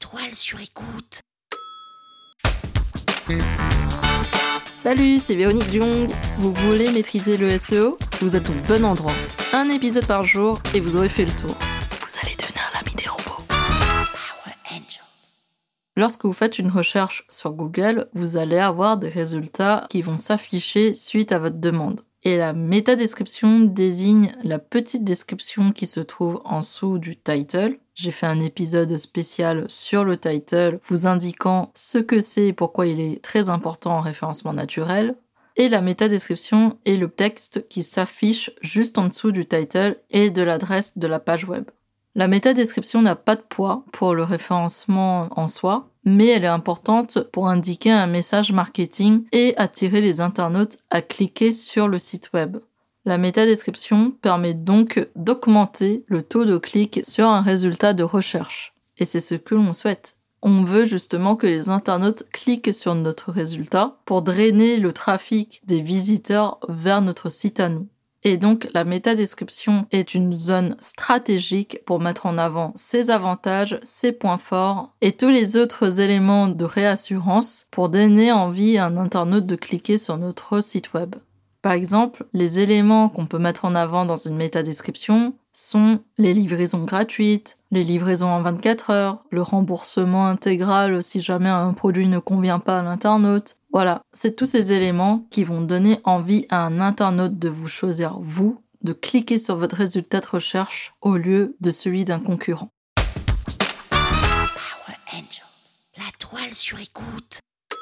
toile sur écoute. Salut, c'est Véronique Jung. Vous voulez maîtriser le SEO ? Vous êtes au bon endroit. Un épisode par jour et vous aurez fait le tour. Vous allez devenir l'ami des robots. Power Angels. Lorsque vous faites une recherche sur Google, vous allez avoir des résultats qui vont s'afficher suite à votre demande. Et la métadescription désigne la petite description qui se trouve en dessous du title. J'ai fait un épisode spécial sur le title, vous indiquant ce que c'est et pourquoi il est très important en référencement naturel. Et la métadescription est le texte qui s'affiche juste en dessous du title et de l'adresse de la page web. La métadescription n'a pas de poids pour le référencement en soi, mais elle est importante pour indiquer un message marketing et attirer les internautes à cliquer sur le site web. La métadescription permet donc d'augmenter le taux de clic sur un résultat de recherche. Et c'est ce que l'on souhaite. On veut justement que les internautes cliquent sur notre résultat pour drainer le trafic des visiteurs vers notre site à nous. Et donc, la métadescription est une zone stratégique pour mettre en avant ses avantages, ses points forts et tous les autres éléments de réassurance pour donner envie à un internaute de cliquer sur notre site web. Par exemple, les éléments qu'on peut mettre en avant dans une métadescription sont les livraisons gratuites, les livraisons en 24 heures, le remboursement intégral si jamais un produit ne convient pas à l'internaute. Voilà, c'est tous ces éléments qui vont donner envie à un internaute de vous choisir vous, de cliquer sur votre résultat de recherche au lieu de celui d'un concurrent. Power Angels. La toile sur écoute.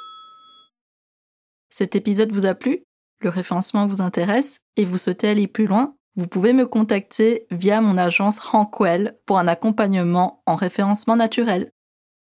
Cet épisode vous a plu ? Le référencement vous intéresse et vous souhaitez aller plus loin ? Vous pouvez me contacter via mon agence Rankwell pour un accompagnement en référencement naturel.